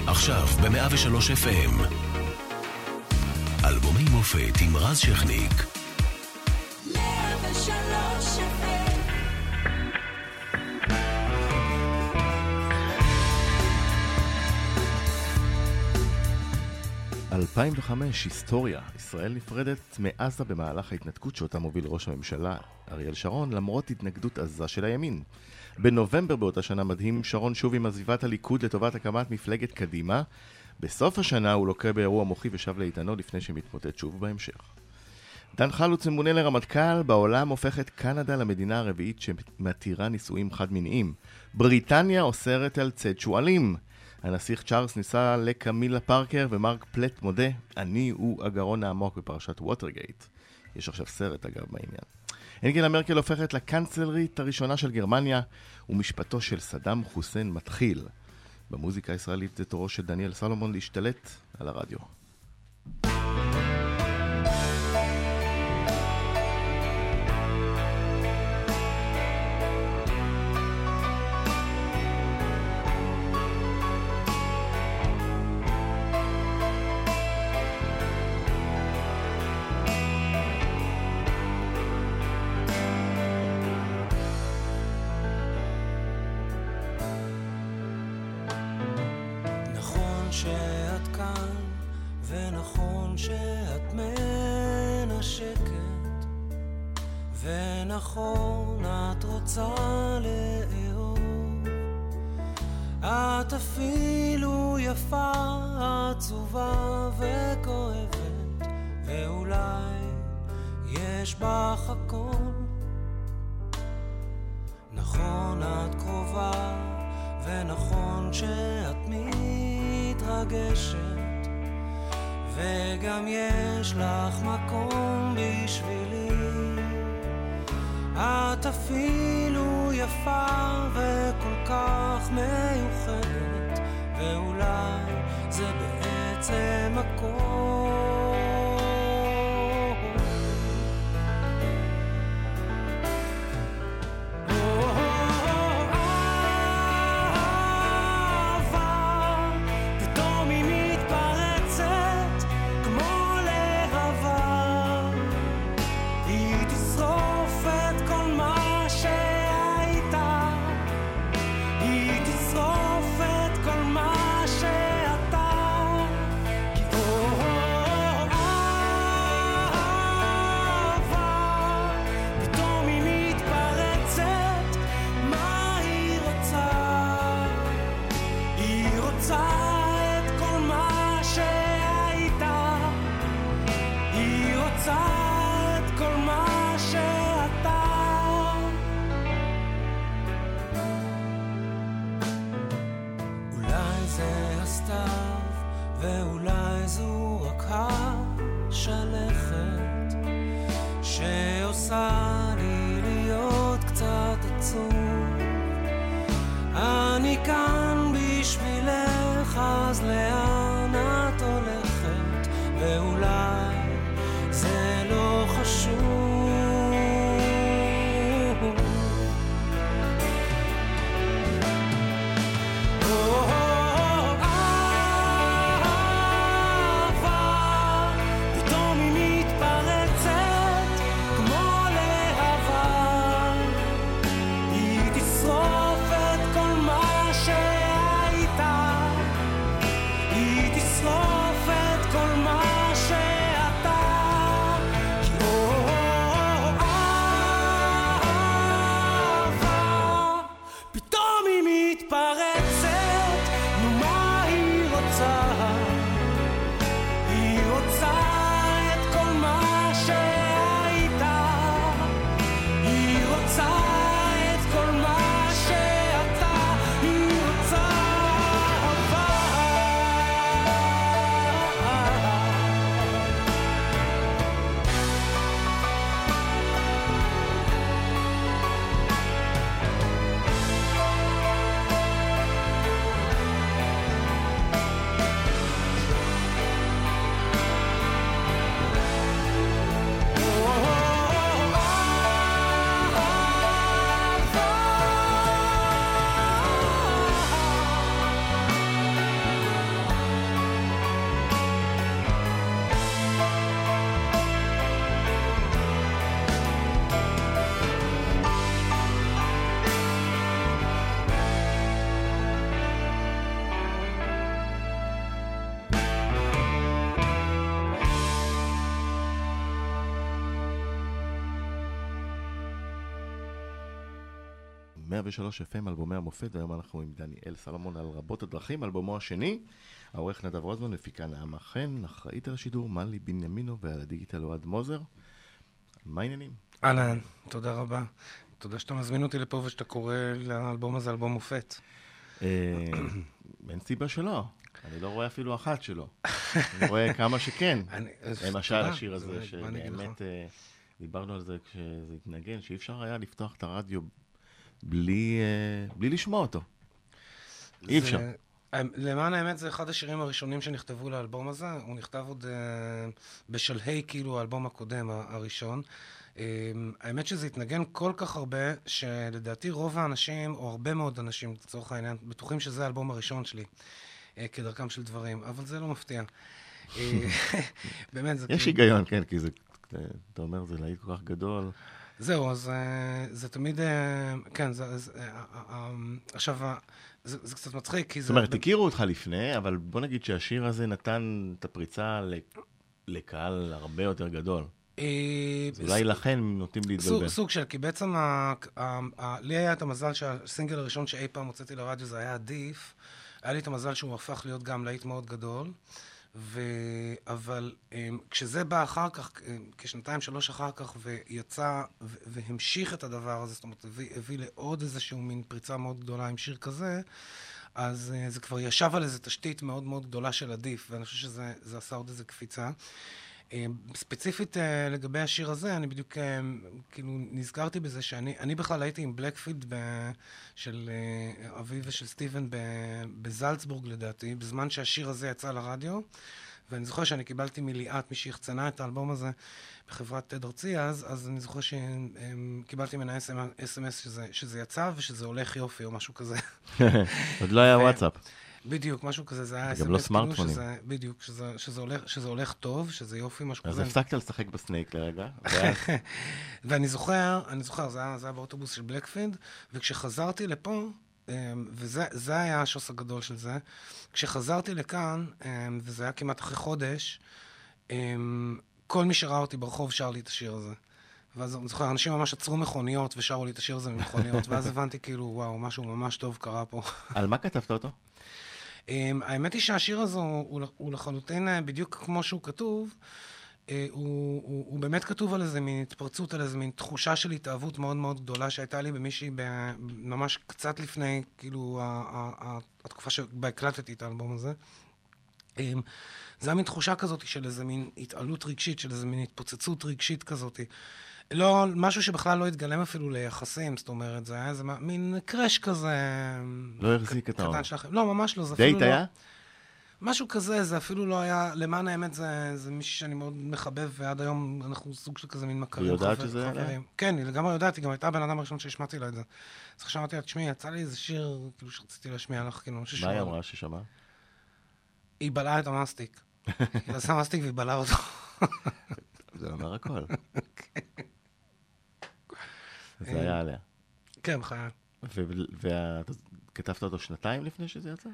עכשיו ב-103 FM. אלבומי מופת עם רז שכניק. 103 FM. 2005, היסטוריה. ישראל נפרדת מעזה במהלך ההתנתקות שאותה מוביל ראש הממשלה אריאל שרון, למרות התנגדות עזה של הימין. בנובמבר באותה שנה מדהים שרון שוב עם עזיבת הליכוד לטובת הקמת מפלגת קדימה. בסוף השנה הוא לוקה באירוע מוחי ושב לאיתנו לפני שמתמוטט שוב בהמשך. דן חלוץ ממונה לרמטכ"ל. בעולם הופכת קנדה למדינה הרביעית שמתירה נישואים חד-מיניים. בריטניה אוסרת על ציד שועלים. הנסיך צ'ארלס ניסה לקמילה פארקר, ומרק פלט מודה, אני הוא הגרון העמוק בפרשת ווטרגייט. יש עכשיו סרט אגב בעניין. אנגלה מרקל הופכת לקנצלרית הראשונה של גרמניה, ומשפטו של סדאם חוסיין מתחיל. במוזיקה הישראלית זה תורו של דניאל סלומון להשתלט על הרדיו. שאת כאן, ונכון שאת מנשקת, ונכון את רוצה לאהוב, את אפילו יפה, עצובה וכואבת, ואולי יש בך הכל. נכון את קרובה, ונכון שאת מתרגשת, וגם יש לך מקום בשבילי. את אפילו יפה וכל כך מיוחדת, ואולי זה בעצם הכל. ואולי זו רק השלכת שעושה לי להיות קצת עצוב. אני כאן בשבילך, אז לאן את הולכת? ואולי זה לא חשוב. פתאום היא מתפרצת כמו להבה. 103 FM אלבומי המופת, והיום אנחנו עם דניאל סלומון על רבות הדרכים, אלבומו השני. העורך נדב רוזמן, מפיקה נעמה חן, אחראית על השידור מלי בנימינו, ועל הדיגיטל אוהד מוזר. מה העניינים? אהלן, תודה רבה. תודה שאתה מזמין אותי לפה ושאתה קורא לאלבום הזה אלבום מופת. אין סיבה שלא. אני לא רואה אפילו אחת שלו. אני רואה כמה שכן. למשל השיר הזה שבאמת דיברנו על זה כשזה התנגן, שאי אפשר היה לפתוח את הרדיו בלי לשמוע אותו. אי אפשר. למען האמת זה אחד השירים הראשונים שנכתבו לאלבום הזה. הוא נכתב עוד בשלהי כאילו האלבום הקודם הראשון. האמת שזה התנגן כל כך הרבה שלדעתי רוב האנשים, או הרבה מאוד אנשים לצורך העניין, בטוחים שזה האלבום הראשון שלי. כדרכם של דברים, אבל זה לא מפתיע. באמת, זה יש היגיון, כן, כי זה, אתה אומר, זה להיט כל כך גדול. זהו, אז זה תמיד, כן, עכשיו, זה קצת מצחיק, כי זה... זאת אומרת, הכירו אותך לפני, אבל בוא נגיד שהשיר הזה נתן את הפריצה לקהל הרבה יותר גדול. אולי לכן נוטים להתבלבל. סוג של, כי בעצם לי היה את המזל שהסינגל הראשון שאי פעם הוצאתי לרדיו זה היה עדיף, היה לי את המזל שהוא הפך להיות גם להיט מאוד גדול, אבל כשזה בא אחר כך, כשנתיים, שלוש אחר כך, ויצא והמשיך את הדבר הזה, זאת אומרת, הביא לעוד איזשהו מין פריצה מאוד גדולה עם שיר כזה, אז זה כבר ישב על איזו תשתית מאוד מאוד גדולה של עדיף, ואני חושב שזה עשה עוד איזו קפיצה. ספציפית לגבי השיר הזה, אני בדיוק כאילו נזכרתי בזה שאני בכלל הייתי עם בלקפילד של אבי ושל סטיבן בזלצבורג לדעתי, בזמן שהשיר הזה יצא לרדיו, ואני זוכר שאני קיבלתי מליאת, מי שהחצנה את האלבום הזה בחברת תד ארצי אז אני זוכר שקיבלתי ממנה SMS שזה יצא ושזה הולך יופי או משהו כזה. עוד לא היה וואטסאפ. בדיוק, משהו כזה, זה היה... גם לא סמארטפונים. בדיוק, שזה הולך טוב, שזה יופי, משהו כזה. אז הפסקת לשחק בסנייק לרגע. ואני זוכר, זה היה באוטובוס של בלקפילד, וכשחזרתי לפה, וזה היה השוס הגדול של זה, כשחזרתי לכאן, וזה היה כמעט אחרי חודש, כל מי שראה אותי ברחוב שר לי את השיר הזה. ואז אני זוכר, אנשים ממש עצרו מכוניות ושרו לי את השיר הזה ממכוניות, ואז הבנתי כאילו, וואו, משהו ממש טוב קרה פה. על מה כתבת אותו? האמת היא שהשיר הזה הוא לחלוטין בדיוק כמו שהוא כתוב, הוא באמת כתוב על איזה מין התפרצות, על איזה מין תחושה של התאהבות מאוד מאוד גדולה שהייתה לי במישהי ממש קצת לפני, כאילו, התקופה שבה הקלטתי את האלבום הזה. זה היה מין תחושה כזאת של איזה מין התעלות רגשית, של איזה מין התפוצצות רגשית כזאת. לא, משהו שבכלל לא התגלם אפילו ליחסים, זאת אומרת, זה היה איזה מין קרש כזה... לא החזיק את העולם. לא, ממש לא, זה אפילו לא... דייט היה? משהו כזה, זה אפילו לא היה... למען האמת, זה מישהו שאני מאוד מחבב, ועד היום אנחנו סוג של כזה מין מכרים. היא יודעת שזה היה? כן, היא לגמרי יודעת, היא גם הייתה הבן אדם הראשון שהשמעתי לה את זה. אז חשבתי לה, תשמעי, יצא לי איזה שיר, כאילו שרציתי להשמיע לך, כאילו, מה היא אמרה ששמע? היא בלעה את המסטיק. היא עשה מסטיק והיא בלעה אותו. זה אומר הכל. זה היה עליה. כן, חייל. וכתבת אותו שנתיים לפני שזה יצא?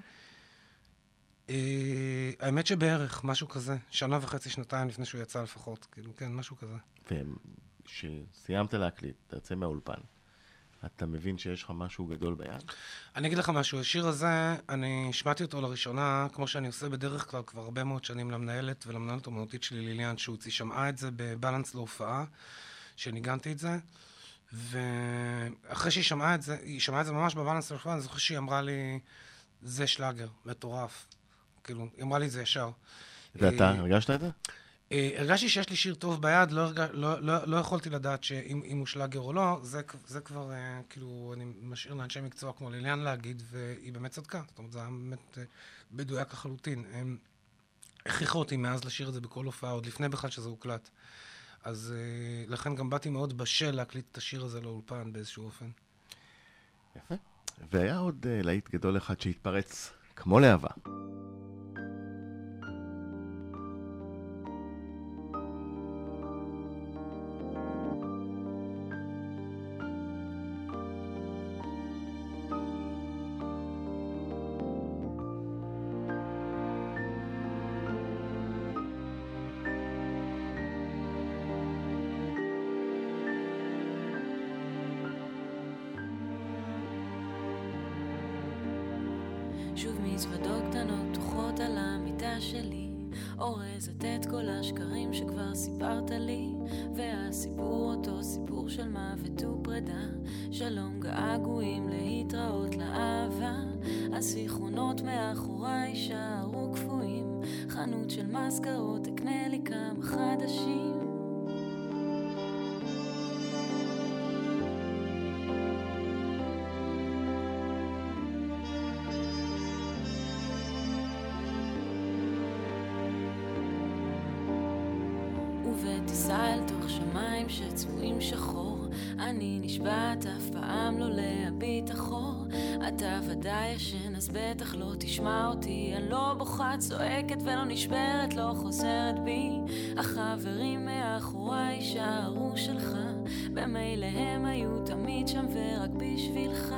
האמת שבערך, משהו כזה. שנה וחצי, שנתיים לפני שהוא יצא לפחות. כאילו, כן, משהו כזה. וכשסיימת להקליט, אתה יוצא מהאולפן, אתה מבין שיש לך משהו גדול ביד? אני אגיד לך משהו, השיר הזה, אני שמעתי אותו לראשונה, כמו שאני עושה בדרך כלל כבר הרבה מאוד שנים למנהלת ולמנהלת אומנותית שלי ליליאן שוצי. שמעה את זה בבלנס להופעה, שניגנתי את זה. ואחרי שהיא שמעה את זה, היא שמעה את זה ממש בבלנס להופעה, אני זוכר שהיא אמרה לי, זה שלאגר, מטורף. כאילו, היא אמרה לי את זה ישר. ואתה, הרגשת את זה? הרגשתי שיש לי שיר טוב ביד, לא יכולתי לדעת שאם הוא שלאגר או לא, זה כבר, כאילו, אני משאיר לאנשי מקצוע כמו ליליאן להגיד, והיא באמת צדקה. זאת אומרת, זה היה באמת בדויק לחלוטין. הם הכריחו אותי מאז לשיר את זה בכל הופעה, עוד לפני בכלל שזה הוקלט. אז לכן גם באתי מאוד בשל להקליט את השיר הזה לאולפן באיזשהו אופן. יפה. והיה עוד להיט גדול אחד שהתפרץ כמו להבה. שוב מזוודות קטנות פתוחות על המיטה שלי, אורזת את כל השקרים שכבר סיפרת לי, והסיפור אותו סיפור של מוות ופרידה, שלום געגועים להתראות לאהבה, הזיכרונות מאחוריי יישארו קפואים, חנות של מזכרות אקנה לי כמה חדשים. ובטיסה אל תוך שמיים שצבועים שחור, אני נשבעת אף פעם לא להביט אחור, אתה ודאי ישן אז בטח לא תשמע אותי, אני לא בוכה צועקת ולא נשברת לא חוזרת בי, החברים מאחוריי יישארו שלך, במילא הם היו תמיד שם ורק בשבילך.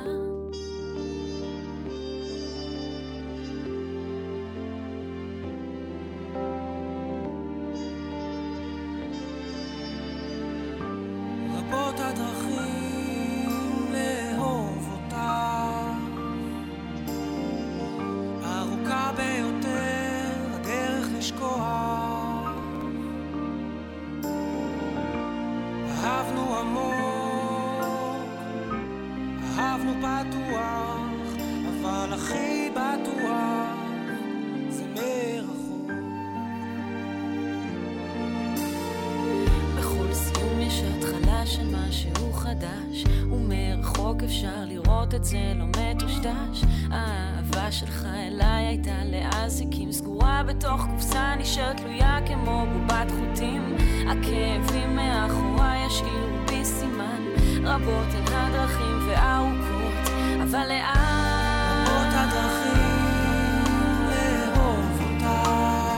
אפשר לראות את זה לא מטושטש, האהבה שלך אליי הייתה לאזיקים, סגורה בתוך קופסה נשארת תלויה כמו בובת חוטים, הכאבים מאחוריי ישאירו בי סימן, רבות הן הדרכים וארוכות אבל לאט רבות הדרכים לאהוב אותה,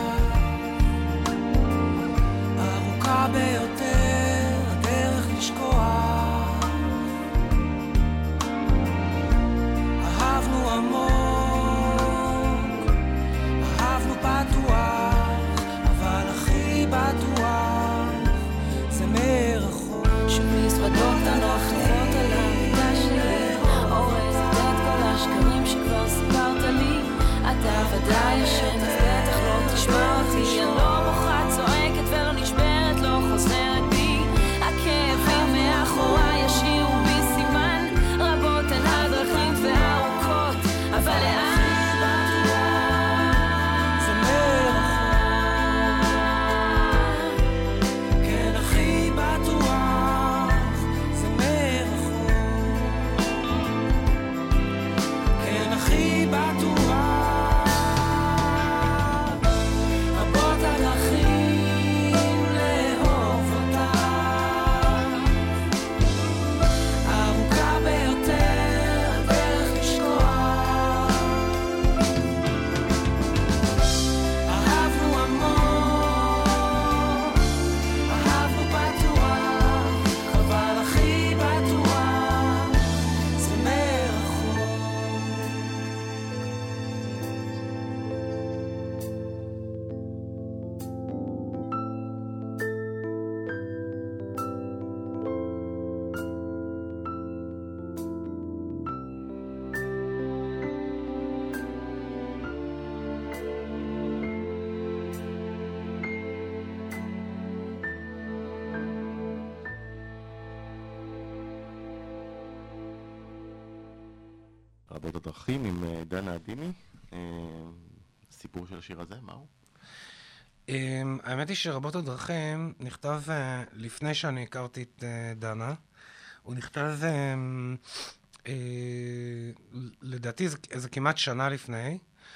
ארוכה ביותר הדרך לשקוע, עמוק, אהבנו פתוח, אבל הכי בטוח זה מרחוק, שמזוודות קטנות פתוחות על המיטה שלי, אורזת את כל השקרים שכבר סיפרת לי, אתה ודאי ישן אז בטח לא תשמע אותי, אני לא בוכה צועקת ולא נשברת לא חוזרת בי, הכאבים מאחוריי ישאירו בי סימן, רבות הן הדרכים והארוכות אבל לאט זה מרחוק, כן הכי בטוח זה מרחוק, כן הכי בטוח, רבות הדרכים לאהוב אותה, ארוכה ביותר הדרך לשקוע, רבות הדרכים עם דנה אדימי. הסיפור של השיר הזה, מהו? האמת היא שרבות הדרכים נכתב לפני שאני הכרתי את דנה. הוא נכתב לדעתי זה כמעט שנה לפני,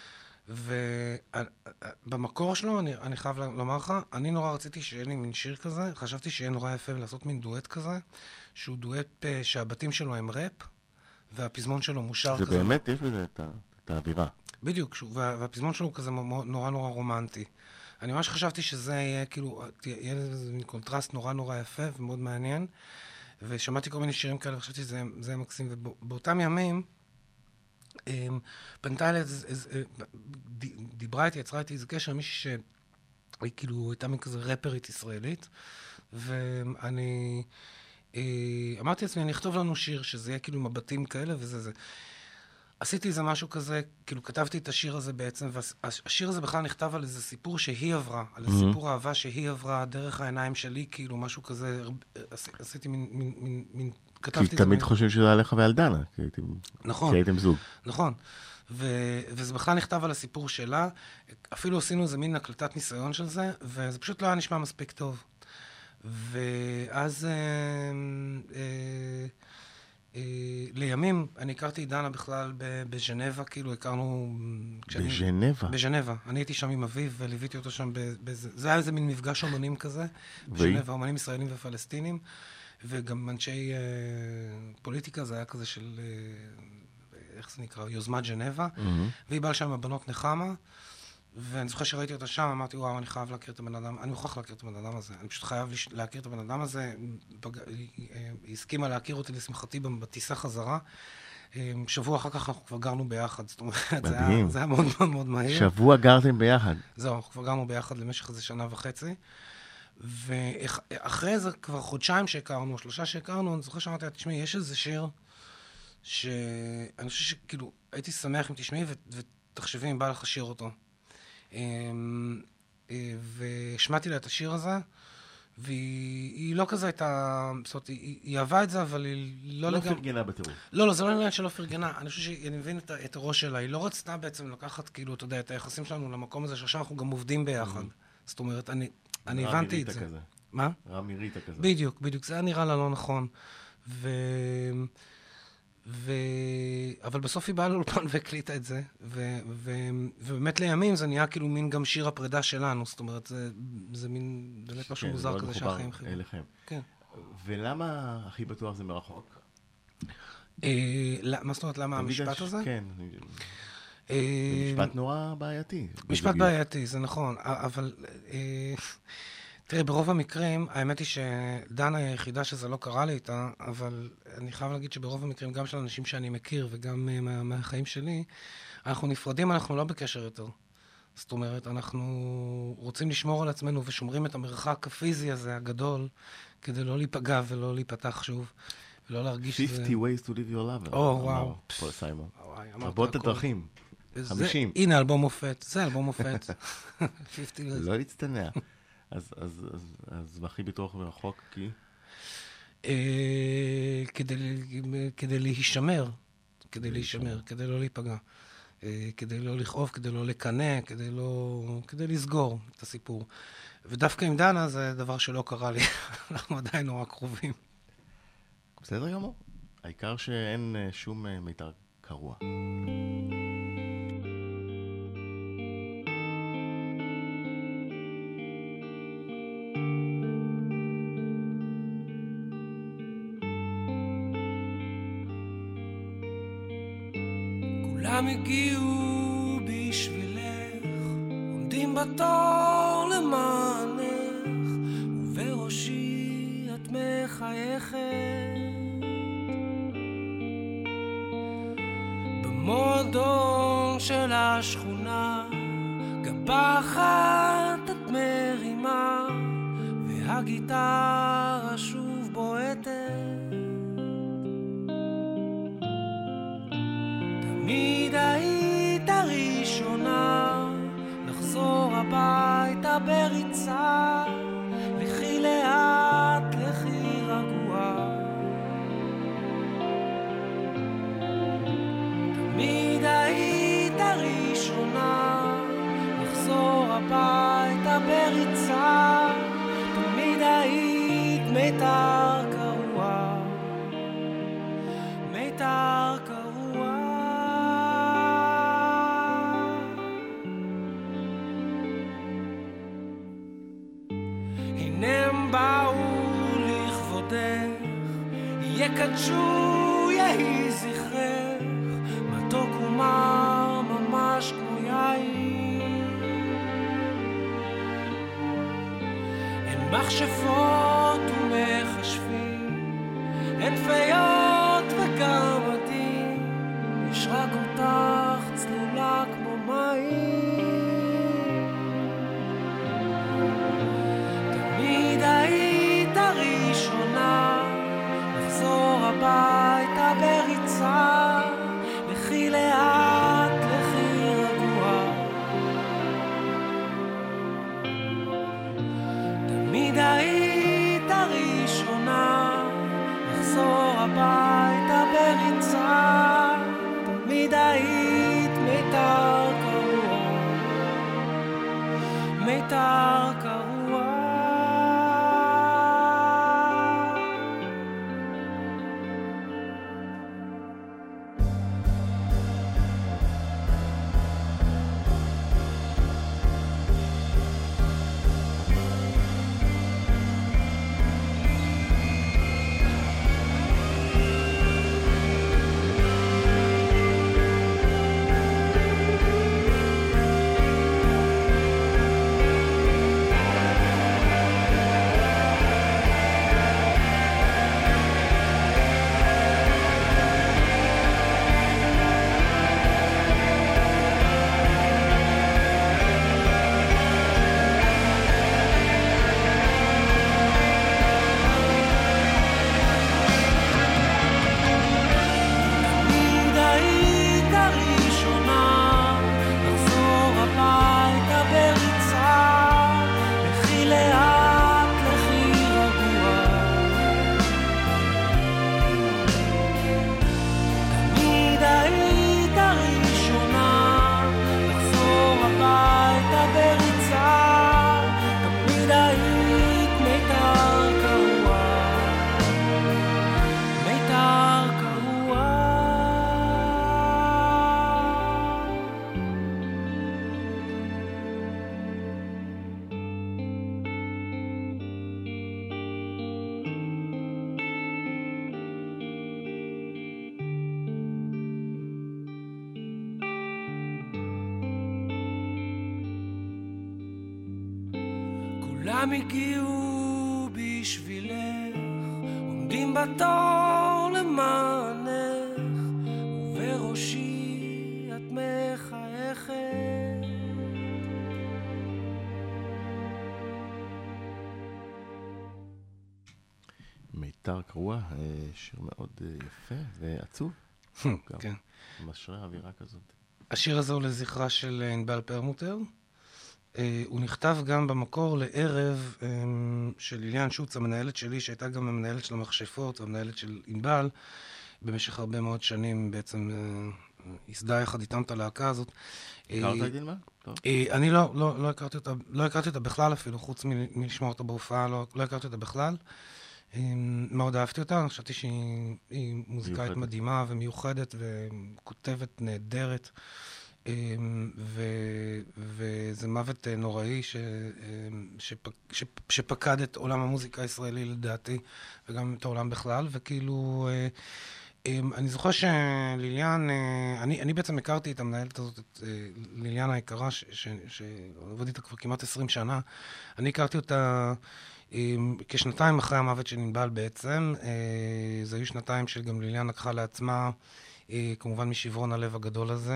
ובמקור שלו אני חייב לומר לך, אני נורא רציתי שיהיה לי מין שיר כזה, חשבתי שיהיה נורא יפה לעשות מין דואט כזה, שהוא דואט שהבתים שלו הם ראפ, והפזמון שלו מושר כזה. זה באמת, יש בזה את האווירה. בדיוק, והפזמון שלו כזה נורא נורא רומנטי. אני ממש חשבתי שזה יהיה כאילו, יהיה איזה מין קונטרסט נורא נורא יפה ומאוד מעניין, ושמעתי כל מיני שירים כאלה, חשבתי שזה מקסים, ובאותם ימים, פנתה אליי, דיברה איתי, יצרה איתי איזה קשר, מישהי שהיא כאילו הייתה מין כזה רפרית ישראלית, ואני אמרתי לעצמי, אני אכתוב לנו שיר שזה יהיה כאילו מבטים כאלה וזה זה. עשיתי איזה משהו כזה, כאילו כתבתי את השיר הזה בעצם, והשיר הזה בכלל נכתב על איזה סיפור שהיא עברה, על איזה סיפור אהבה שהיא עברה דרך העיניים שלי, כאילו משהו כזה, עשיתי מין כתבתי את זה. כי תמיד חושבים שזה עליך ועל דנה, נכון. כי הייתם זוג. נכון. וזה בכלל נכתב על הסיפור שלה, אפילו עשינו איזה מין הקלטת ניסיון של זה, וזה פשוט לא היה נשמע מספיק טוב. ואז לימים, אני הכרתי את דנה בכלל בז'נבה, כאילו הכרנו... בז'נבה? בז'נבה. אני הייתי שם עם אביב וליוויתי אותו שם, זה היה איזה מין מפגש אומנים כזה, בז'נבה, אומנים ישראלים ופלסטינים, וגם אנשי פוליטיקה, זה היה כזה של... איך זה נקרא? יוזמת ז'נבה, והיא באה שם עם הבנות נחמה, ואני זוכר שראיתי אותה שם, אמרתי, וואו, אני חייב להכיר את הבן אדם, אני מוכרח להכיר את הבן אדם הזה, אני פשוט חייב להכיר את הבן אדם הזה, היא הסכימה להכיר אותי לשמחתי בטיסה חזרה, שבוע אחר כך אנחנו כבר גרנו ביחד, זאת אומרת, זה היה מאוד מאוד מהיר. שבוע גרתם ביחד? זהו, אנחנו כבר גרנו ביחד למשך איזה 1.5 שנה, ואחרי זה כבר חודשיים שהכרנו, 3 שהכרנו, אני זוכר שאמרתי, תשמעי, יש איזה שיר, שאני חושב שכאילו, הייתי שמח אם תשמעי ותחשבי אם בא לך שיר אותו. והשמעתי לה את השיר הזה, והיא לא כזה הייתה, זאת אומרת, היא אהבה את זה, אבל היא לא לגמרי... לא פרגנה בטירוף. לא, זה לא עניין שלא פרגנה. אני חושב שאני מבין את הראש שלה. היא לא רצתה בעצם לקחת, כאילו, אתה יודע, את היחסים שלנו למקום הזה, שעכשיו אנחנו גם עובדים ביחד. זאת אומרת, אני הבנתי את זה. מה? רמי ריטה כזה. בדיוק. זה היה נראה לה לא נכון. אבל בסוף היא באה לאולפן והקליטה את זה, ובאמת לימים זה נהיה כאילו מין גם שיר הפרידה שלנו, זאת אומרת, זה מין באמת משהו מוזר כזה שהחיים חיים. אליכם. כן. ולמה הכי בטוח זה מרחוק? מה זאת אומרת, למה המשפט הזה? כן. משפט נורא בעייתי. משפט בעייתי, זה נכון, אבל... תראה, ברוב המקרים, האמת היא שדנה היא היחידה שזה לא קרה לי איתה, אבל אני חייב להגיד שברוב המקרים, גם של אנשים שאני מכיר וגם מהחיים שלי, אנחנו נפרדים, אנחנו לא בקשר יותר. זאת אומרת, אנחנו רוצים לשמור על עצמנו ושומרים את המרחק הפיזי הזה, הגדול, כדי לא להיפגע ולא להיפתח שוב, ולא להרגיש 50 ways to live your lover. וואו. פול סיימון. אמרת רבות הדרכים. 50. הנה, אלבום מופת. זה אלבום מופת. 50 ways. לא להצטנע. אז הכי בטוח מרחוק, כי? כדי להישמר, כדי לא להיפגע, כדי לא לכאוב, כדי לא לקנא, כדי לסגור את הסיפור. ודווקא עם דנה זה דבר שלא קרה לי, אנחנו עדיין נורא קרובים. בסדר גמור. העיקר שאין שום מיתר קרוע. כולם הגיעו בשבילך, עומדים בתור למענך, ובראשי את מחייכת. במועדון של השכונה, גבה אחת את מרימה, והגיטרה שוב בועטת. תמיד היית ראשונה לחזור הביתה בריצה, לכי לאט, לכי רגועה. תמיד היית ראשונה לחזור הביתה בריצה, תמיד היית מיתר קרוע, מיתר קרוע. באו לכבודך, יקדשו יהי זכרך, מתוק ומר ממש כמו יין. אין מכשפות ומחשבים, אין פיות וגמדים, יש רק אותך צלולה כמו מים. היית הראשונה לחזור הביתה בריצה, לכי לאט מיתר קרוע. כולם הגיעו בשבילך, עומדים בתור למענך, ובראשי את מחייכת. מיתר קרוע, שיר מאוד יפה ועצוב. כן. משרה אווירה כזאת. השיר הזה הוא לזכרה של ענבל פרמוטר. הוא נכתב גם במקור לערב של ליליאן שוצ, המנהלת שלי, שהייתה גם המנהלת של המכשפות, המנהלת של ענבל, במשך הרבה מאוד שנים בעצם הסדה יחד איתם את הלהקה הזאת. הכרת את ענבל? אני לא הכרתי אותה בכלל אפילו, חוץ מלשמוע אותה בהופעה, לא הכרתי אותה בכלל. מאוד אהבתי אותה, אני חשבתי שהיא מוזיקאית מדהימה ומיוחדת וכותבת נהדרת. וזה מוות נוראי שפקד את עולם המוזיקה הישראלי לדעתי, וגם את העולם בכלל, וכאילו, אני זוכר שליליאן, אני בעצם הכרתי את המנהלת הזאת, את ליליאן היקרה, שעובד איתה כבר כמעט 20 שנה, אני הכרתי אותה כשנתיים אחרי המוות של ענבל בעצם, זה היו שנתיים שגם ליליאן לקחה לעצמה, כמובן משברון הלב הגדול הזה,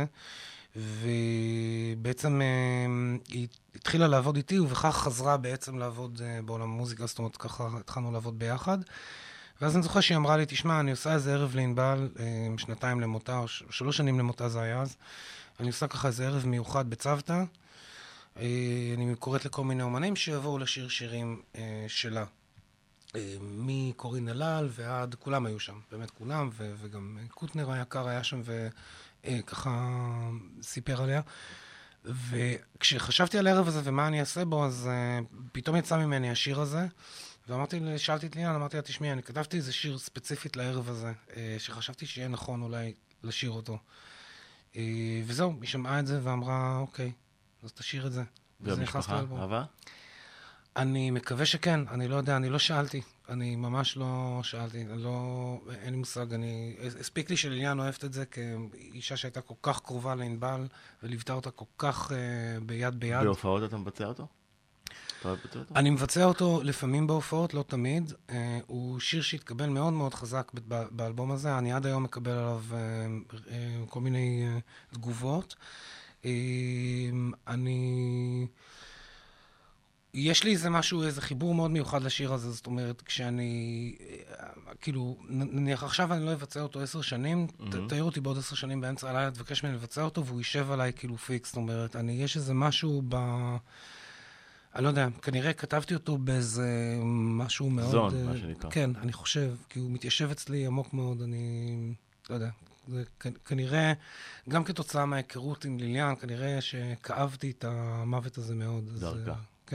ובעצם היא התחילה לעבוד איתי, ובכך חזרה בעצם לעבוד בעולם המוזיקה, זאת אומרת, ככה התחלנו לעבוד ביחד. ואז אני זוכר שהיא אמרה לי, תשמע, אני עושה איזה ערב לענבל, 2 למותה, או 3 שנים למותה זה היה אז. אני עושה ככה איזה ערב מיוחד בצוותא. אני קוראת לכל מיני אומנים שיבואו לשיר שירים שלה. מקורין אלאל ועד, כולם היו שם, באמת כולם, וגם קוטנר היקר היה שם וככה סיפר עליה. וכשחשבתי על הערב הזה ומה אני אעשה בו, אז פתאום יצא ממני השיר הזה, שאלתי את ליליאן, אמרתי לה, תשמעי, אני כתבתי איזה שיר ספציפית לערב הזה, שחשבתי שיהיה נכון אולי לשיר אותו. וזהו, היא שמעה את זה ואמרה, אוקיי, אז תשאיר את זה. והמשפחה, אהבה? אני מקווה שכן, אני לא יודע, אני לא שאלתי. אני ממש לא שאלתי, אין לי מושג. הספיק לי שליליאן אוהבת את זה כאישה שהייתה כל כך קרובה לענבל, וליוותה אותה כל כך ביד ביד. בהופעות אתה מבצע אותו? אתה אוהב לבצע אותו? אני מבצע אותו לפעמים בהופעות, לא תמיד. הוא שיר שהתקבל מאוד מאוד חזק באלבום הזה. אני עד היום מקבל עליו כל מיני תגובות. יש לי איזה חיבור מאוד מיוחד לשיר הזה, זאת אומרת, כשאני, כאילו, נניח עכשיו אני לא אבצע אותו 10 שנים, תאיר אותי בעוד 10 שנים באמצע הלילה, תבקש ממני לבצע אותו, והוא יישב עליי כאילו פיקס, זאת אומרת, יש איזה משהו אני לא יודע, כנראה כתבתי אותו באיזה משהו מאוד... זון, מה שנקרא. כן, אני חושב, כי הוא מתיישב אצלי עמוק מאוד, אני לא יודע. זה כנראה, גם כתוצאה מההיכרות עם ליליאן, כנראה שכאבתי את המוות הזה מאוד. דרכה.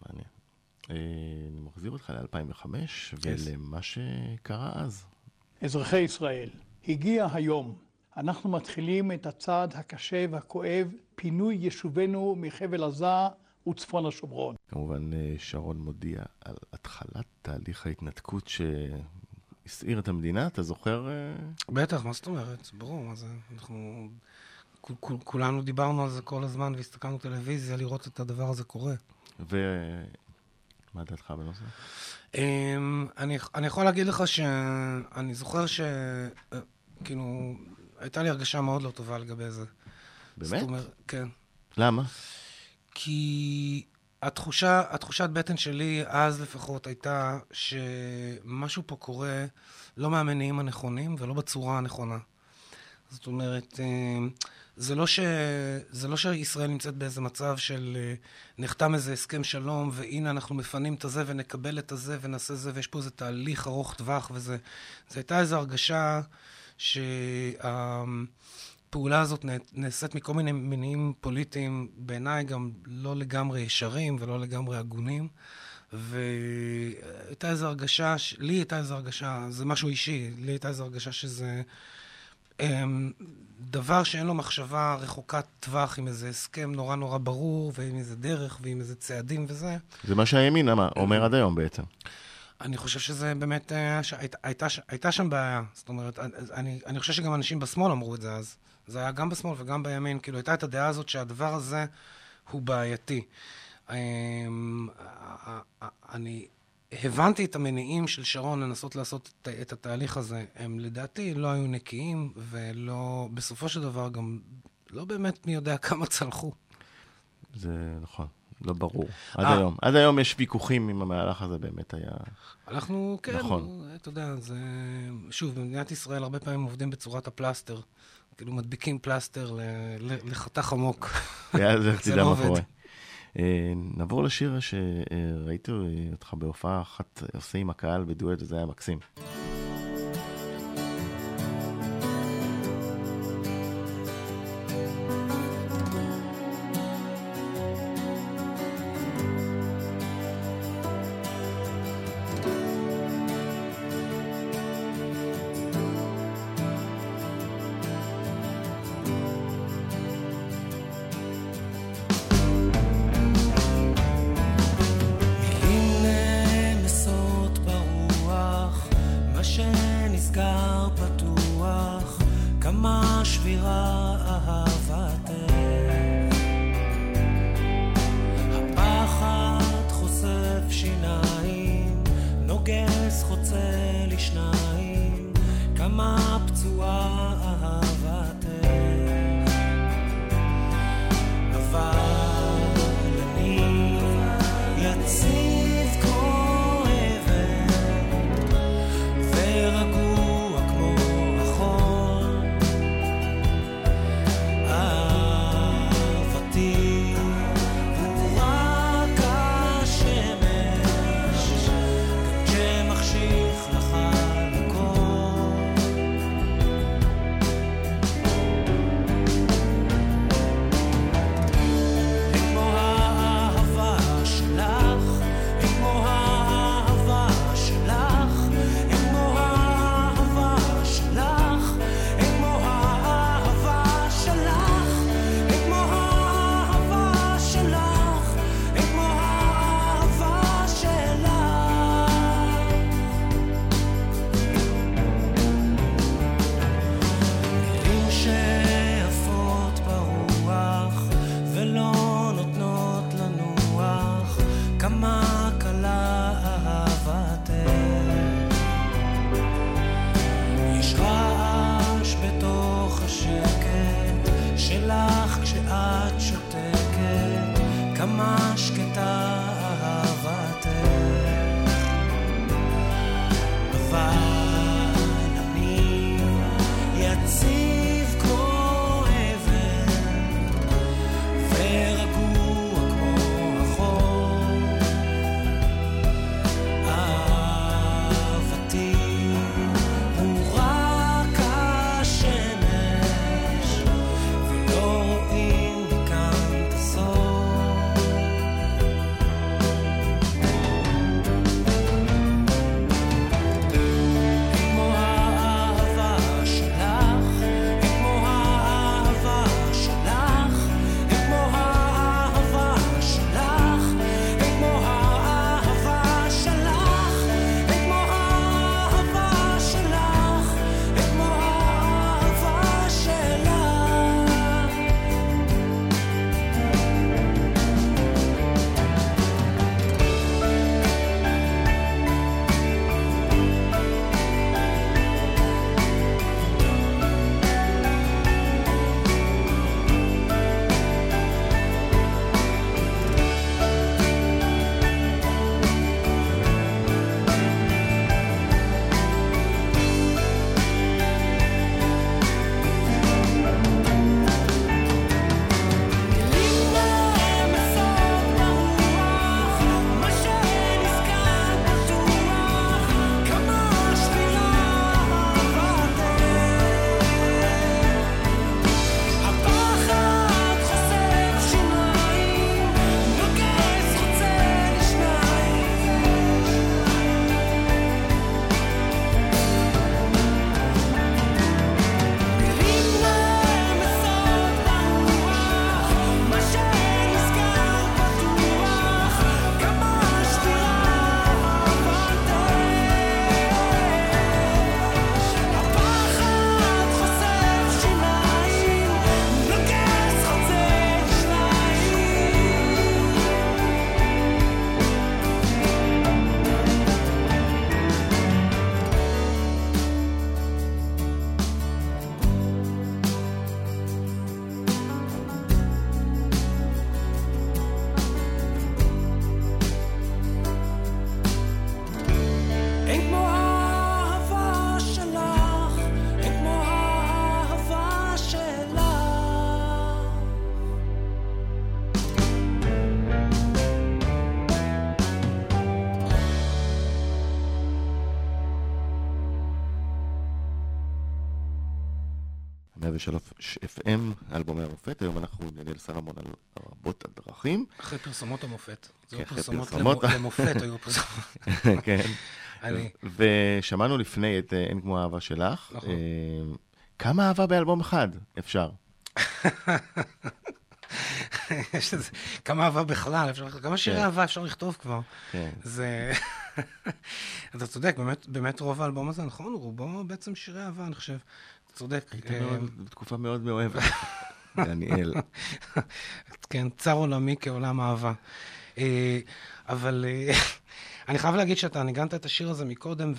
מעניין. אני מחזיר אותך ל-2005 ולמה שקרה אז. אזרחי ישראל, הגיע היום. אנחנו מתחילים את הצעד הקשה והכואב, פינוי יישובינו מחבל עזה וצפון השומרון. כמובן שרון מודיע על התחלת תהליך ההתנתקות שהסעיר את המדינה, אתה זוכר? בטח, מה זאת אומרת? ברור, מה זה? אנחנו כולנו דיברנו על זה כל הזמן והסתכלנו טלוויזיה לראות את הדבר הזה קורה. מה דעתך בנושא? אני יכול להגיד לך שאני זוכר כאילו, הייתה לי הרגשה מאוד לא טובה לגבי זה. באמת? זאת אומרת, כן. למה? כי התחושת בטן שלי אז לפחות הייתה שמשהו פה קורה לא מהמניעים הנכונים ולא בצורה הנכונה. זאת אומרת, זה לא שישראל נמצאת באיזה מצב של נחתם איזה הסכם שלום, והנה אנחנו מפנים את הזה ונקבל את הזה ונעשה זה, ויש פה איזה תהליך ארוך טווח וזה. זה הייתה איזו הרגשה שהפעולה הזאת נעשית מכל מיני מניעים פוליטיים, בעיניי גם לא לגמרי ישרים ולא לגמרי הגונים, והייתה איזו הרגשה, לי הייתה איזו הרגשה, זה משהו אישי, לי הייתה איזו הרגשה שזה דבר שאין לו מחשבה רחוקת טווח עם איזה הסכם נורא נורא ברור, ועם איזה דרך ועם איזה צעדים וזה. זה מה שהימין אומר עד היום בעצם. אני חושב שזה באמת, הייתה שם בעיה. זאת אומרת, אני חושב שגם אנשים בשמאל אמרו את זה אז. זה היה גם בשמאל וגם בימין. כאילו, הייתה את הדעה הזאת שהדבר הזה הוא בעייתי. אני הבנתי את המניעים של שרון לנסות לעשות את התהליך הזה. הם לדעתי לא היו נקיים, ולא, בסופו של דבר גם לא באמת מי יודע כמה צלחו. זה נכון. לא ברור. עד היום יש ויכוחים אם המהלך הזה באמת היה... אנחנו, כן, נכון. אתה יודע, זה... שוב, במדינת ישראל הרבה פעמים עובדים בצורת הפלסטר. כאילו מדביקים פלסטר לחתך עמוק. זה איך תדע מה קורה. נעבור לשיר שראיתי אותך בהופעה אחת עושה עם הקהל בדואט, וזה היה מקסים. 103 FM, אלבומי המופת. היום אנחנו ננהל סלמון על רבות הדרכים. אחרי פרסומות המופת. כן, אחרי פרסומות פרסומות. למופת היו פרסומות. כן. אני. ושמענו לפני את אין כמו האהבה שלך. נכון. כמה אהבה באלבום אחד אפשר? יש לזה, כמה אהבה בכלל, כמה שירי אהבה אפשר לכתוב כבר. כן. זה... אתה צודק, באמת רוב האלבום הזה, נכון? רובו בעצם שירי אהבה, אני חושב. אתה צודק. היית בתקופה מאוד מאוהבת. דניאל. כן, צר עולמי כעולם אהבה. אבל אני חייב להגיד שאתה ניגנת את השיר הזה מקודם,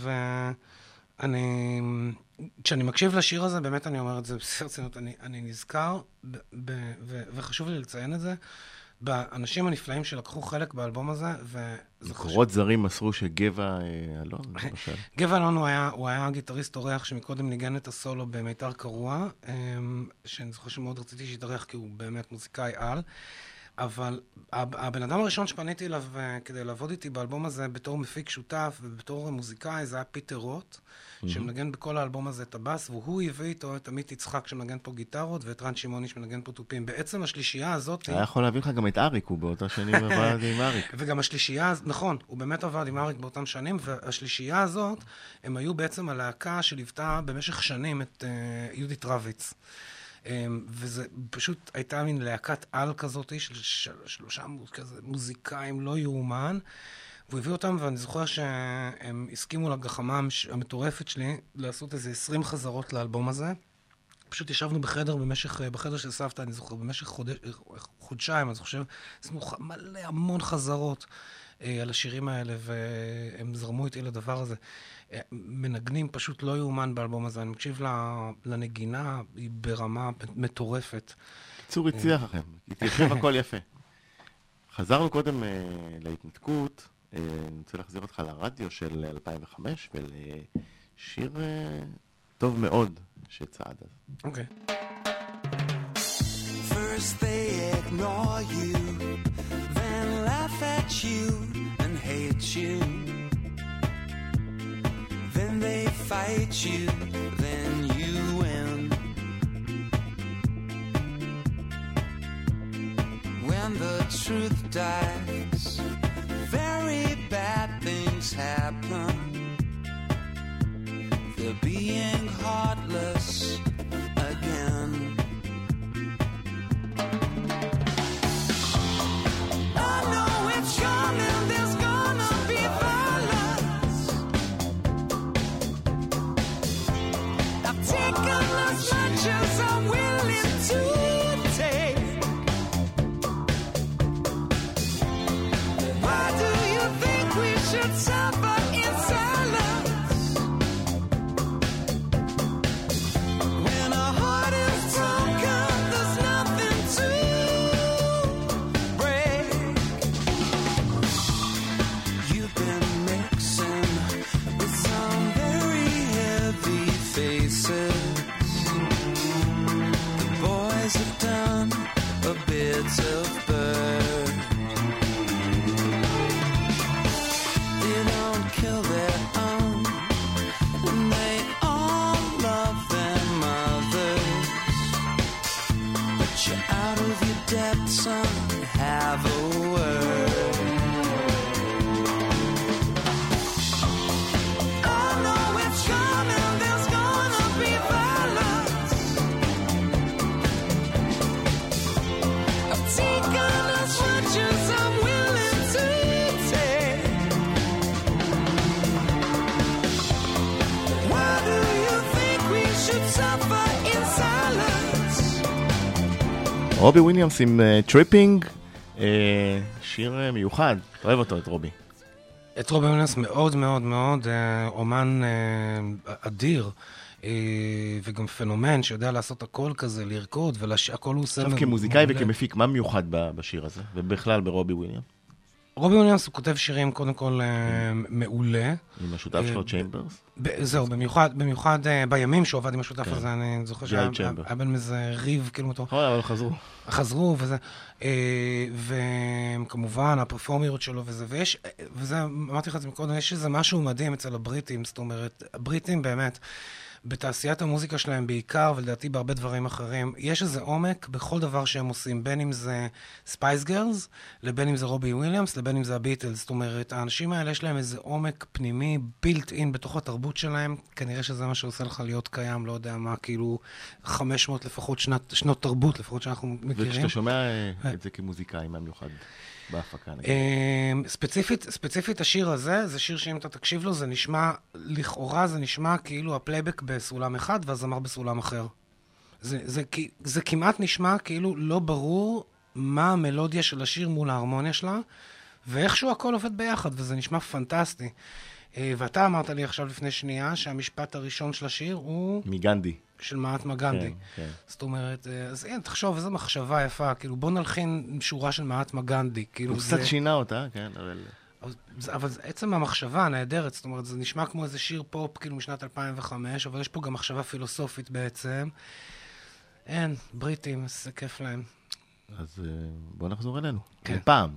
כשאני מקשיב לשיר הזה, באמת אני אומר את זה בסרצינות, אני נזכר, וחשוב לי לציין את זה, באנשים הנפלאים שלקחו חלק באלבום הזה, מקורות זרים מסרו שגבע אלון, למשל. גבע אלון הוא היה גיטריסט אורח שמקודם ניגן את הסולו במיתר קרוע, שאני זוכר שמאוד רציתי שיתארח כי הוא באמת מוזיקאי על, אבל הבן אדם הראשון שפניתי אליו כדי לעבוד איתי באלבום הזה בתור מפיק שותף ובתור מוזיקאי, זה היה פיטר רוט, שמנגן בכל האלבום הזה את הבאס, והוא הביא איתו את עמית יצחק שמנגן פה גיטרות, ואת רן שמעוני שמנגן פה תופים. בעצם השלישייה הזאת... היה יכול להביא לך גם את אריק, הוא באותה שנים עבד עם אריק. וגם השלישייה, נכון, הוא באמת עבד עם אריק באותם שנים, והשלישייה הזאת, הם היו בעצם הלהקה שליוותה במשך שנים את יהודית רביץ. וזה פשוט הייתה מין להקת על כזאת של שלושה מוזיקאים לא יאומן, והוא הביא אותם, ואני זוכר שהם הסכימו לגחמה המטורפת שלי לעשות איזה 20 חזרות לאלבום הזה. פשוט ישבנו בחדר של סבתא, אני זוכר, במשך חודשיים, אני חושב, עשינו מלא המון חזרות על השירים האלה, והם זרמו איתי לדבר הזה. מנגנים פשוט לא יאומן באלבום הזה, אני מקשיב לנגינה, היא ברמה מטורפת. קיצור הצליח לכם, התיישב הכל יפה. חזרנו קודם להתנתקות, אני רוצה להחזיר אותך לרדיו של 2005, ולשיר טוב מאוד שצעד אז. אוקיי. First they ignore you, then laugh at you and hate you. Then they fight you, then you win. When the truth dies, very bad things happen. They're being heartless again. I know it's coming, there's gonna be violence. I've taken as much as I'm willing to take. Why do you think we should suffer in silence? When our heart is broken, there's nothing to break. You've been mixing with some very heavy faces. The boys have done a bit of bird. They don't kill their own, and they all love their mothers. But you're out of your depth, son, have a word. I know it's coming, there's gonna be violence. I've taken as much as I'm willing to take. Why do you think we should suffer in silence? רובי וויליאמס עם טריפינג, שיר מיוחד, אוהב אותו, את רובי. את רובי וויליאמס מאוד מאוד מאוד אומן אדיר, וגם פנומן שיודע לעשות הכל כזה, לרקוד, והכל הוא עושה... עכשיו כמוזיקאי וכמפיק, מה מיוחד בשיר הזה, ובכלל ברובי וויליאמס? רובי וויליאמס הוא כותב שירים קודם כל מעולה. עם השותף שלו, צ'יימברס? זהו, במיוחד בימים שהוא עבד עם השותף הזה, אני זוכר שהיה בין איזה ריב, כאילו אותו. נכון, אבל חזרו. וזה. וכמובן, הפרפורמיות שלו וזה, וזה, אמרתי לך את זה מקודם, יש איזה משהו מדהים אצל הבריטים, זאת אומרת, הבריטים באמת, בתעשיית המוזיקה שלהם בעיקר, ולדעתי בהרבה דברים אחרים, יש איזה עומק בכל דבר שהם עושים, בין אם זה ספייס גרלס, לבין אם זה רובי וויליאמס, לבין אם זה הביטלס. זאת אומרת, האנשים האלה יש להם איזה עומק פנימי, בילט אין בתוך התרבות שלהם, כנראה שזה מה שעושה לך להיות קיים, לא יודע מה, כאילו 500 לפחות שנות תרבות, לפחות שאנחנו מכירים. וכשאתה שומע את זה כמוזיקאי, מה מיוחד בהפקה? ספציפית השיר הזה, זה שיר שאם אתה תקשיב לו, זה נשמע, לכאורה זה נשמע כאילו הפלייבק בסולם אחד והזמר בסולם אחר. זה כמעט נשמע כאילו לא ברור מה המלודיה של השיר מול ההרמוניה שלה, ואיכשהו הכל עובד ביחד, וזה נשמע פנטסטי. ואתה אמרת לי עכשיו לפני שנייה שהמשפט הראשון של השיר הוא... מגנדי. של מהטמה גנדי. כן, כן. זאת אומרת, אז אין, תחשוב, איזו מחשבה יפה, כאילו בוא נלחין שורה של מהטמה גנדי. כאילו הוא קצת שינה אותה, כן, אבל עצם המחשבה הנהדרת, זאת אומרת, זה נשמע כמו איזה שיר פופ, כאילו משנת 2005, אבל יש פה גם מחשבה פילוסופית בעצם. אין, בריטים, זה כיף להם. אז בוא נחזור אלינו. כן. פעם.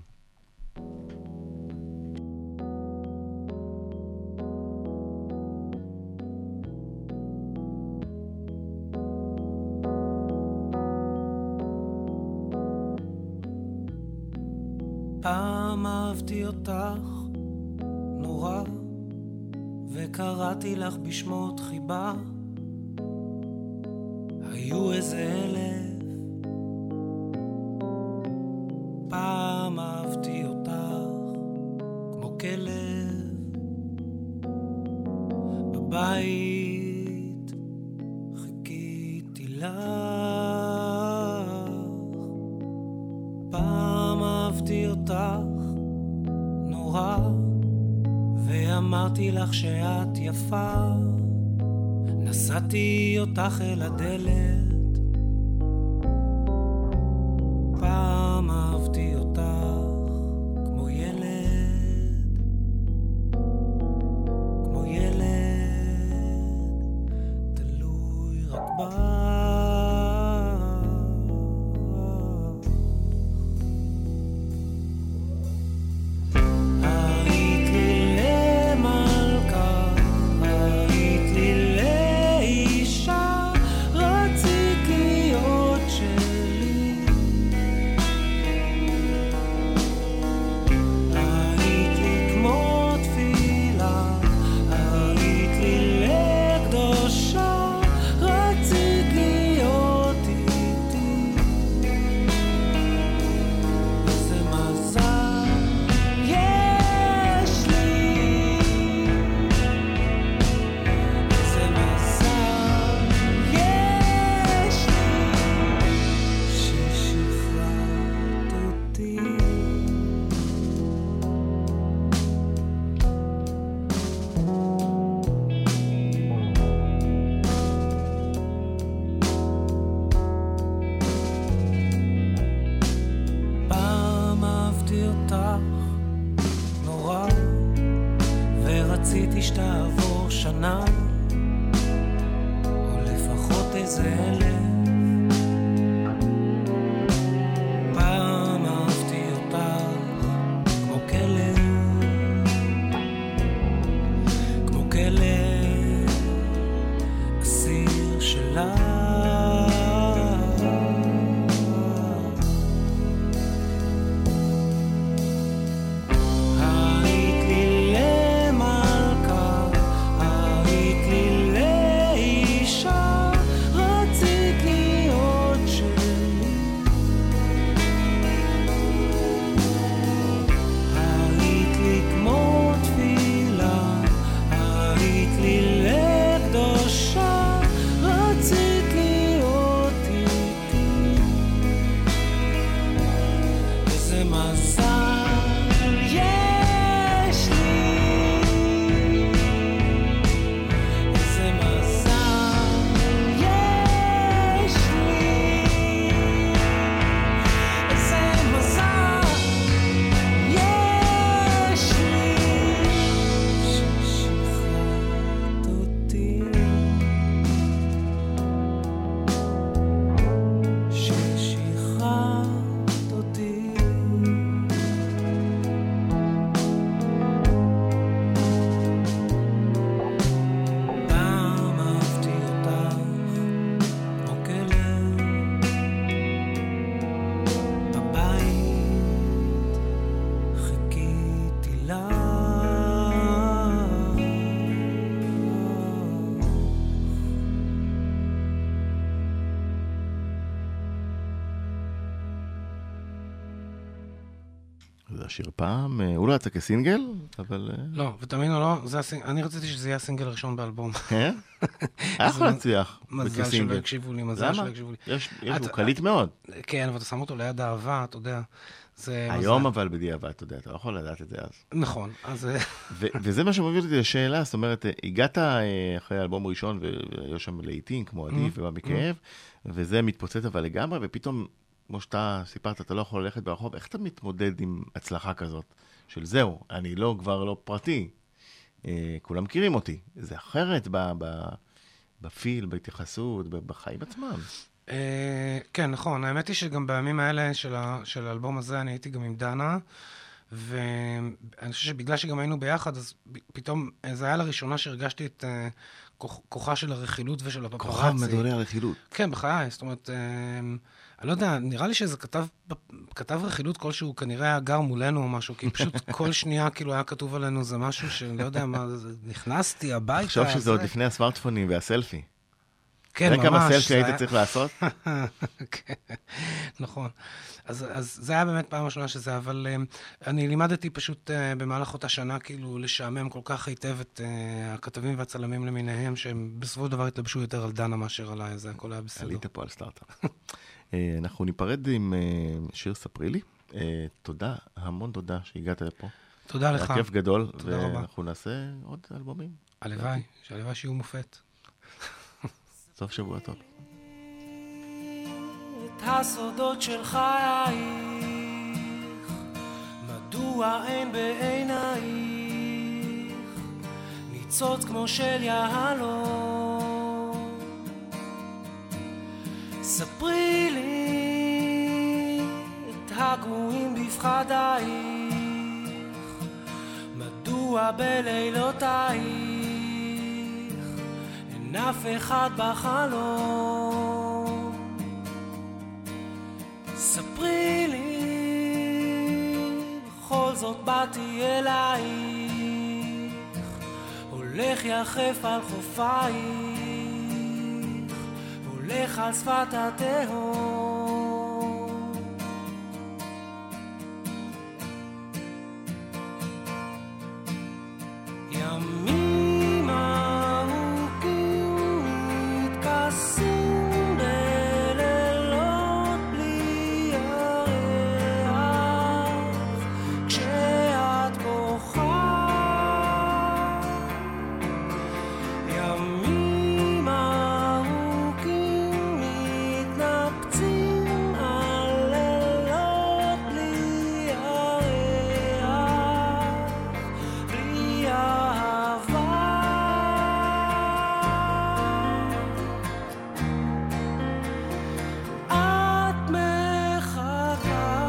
פעם אהבתי אותך נורא וקראתי לך בשמות חיבה, היו איזה 1,000. פעם אהבתי אותך כמו כלב בבית, חיכיתי לך. פעם אהבתי אותך נורא ואמרתי לך שאת יפה, נסעתי אותך אל הדלת. פעם אהבתי אותך כמו ילד, כמו ילד תלוי רק בה. רציתי שתעבור שנה או לפחות איזה 1,000. פעם אהבתי אותך כמו כלב, כמו כלב אסיר שלה. זה השיר פעם, הוא לא יצא כסינגל, אבל... לא, ותאמינו לא, אני רציתי שזה יהיה הסינגל הראשון באלבום. כן? יכול להצליח מזל שלא הקשיבו לי, מזל שלא הקשיבו לי. הוא קליט מאוד. כן, אבל אתה שם אותו ליד האהבה, אתה יודע. היום אבל בדיעבד, אתה יודע, אתה לא יכול לדעת את זה אז. נכון, אז... וזה מה שמוביל אותי לשאלה, זאת אומרת, הגעת אחרי האלבום הראשון, והיו שם לעיתים, כמו עדיף ובא מכאב, וזה מתפוצץ אבל לגמרי, ופתאום, כמו שאתה סיפרת, אתה לא יכול ללכת ברחוב, איך אתה מתמודד עם הצלחה כזאת? של זהו, אני כבר לא פרטי, כולם מכירים אותי. זה אחרת בפיל, בהתייחסות, בחיים עצמם. כן, נכון. האמת היא שגם בימים האלה של האלבום הזה, אני הייתי גם עם דנה, ואני חושב שבגלל שגם היינו ביחד, אז פתאום זה היה לראשונה שהרגשתי את כוחה של הרכילות ושל הפפרצי. כוחה מדולי הרכילות. כן, בחיי. זאת אומרת, אני לא יודע, נראה לי שזה כתב רכילות כלשהו, כנראה היה גר מולנו או משהו, כי פשוט כל שנייה כאילו היה כתוב עלינו, זה משהו שאני לא יודע מה, נכנסתי הביתה. תחשוב שזה עוד לפני הסמארטפונים והסלפי. כן, ממש. כמה סלפי היית צריך לעשות? כן, נכון. אז זה היה באמת פעם ראשונה שזה, אבל אני לימדתי פשוט במהלך אותה שנה, כאילו, לשעמם כל כך היטב את הכתבים והצלמים למיניהם, שהם בסופו של דבר התלבשו יותר על דנה מאשר עליי, זה הכל היה בסדר. עלית פה על סטארט-אפ. אנחנו ניפרד עם שיר ספרי לי. תודה, המון תודה שהגעת לפה. תודה לך. היה כיף גדול, תודה רבה. ואנחנו נעשה עוד אלבומים. הלוואי, שהלוואי שיהיו מופת. סוף שבוע טוב. את הסודות של חייך, מדוע אין בעינייך ניצוץ כמו של יהלום? ספרי לי את הגרועים בפחדייך, מדוע בלילותייך אין אף אחד בחלום? ספרי לי, בכל זאת באתי אלייך, הולך יחף על חופייך, הולך על שפת התהום. ימים ארוכים מתכסים בלילות בלי ירח, כשאת בוכה. ימים ארוכים מתנפצים על לילות בלי ירח, בלי אהבה. את מחכה,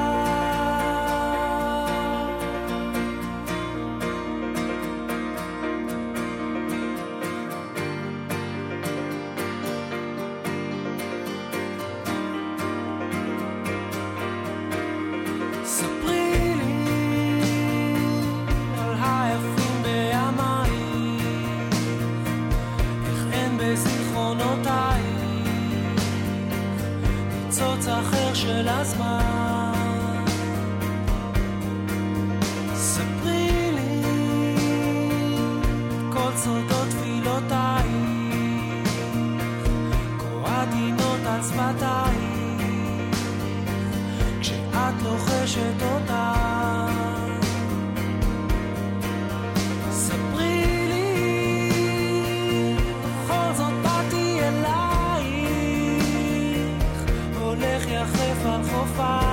ספרי לי על היפים בימייך, איך אין בזיכרונותייך ניצוץ אחר של הזמן. ספרי לי את כל סודות תפילותייך, כה עדינות על שפתייך, כשאת לוחשת אותה. ספרי לי, בכל זאת באתי אלייך, הולך יחף על חופייך,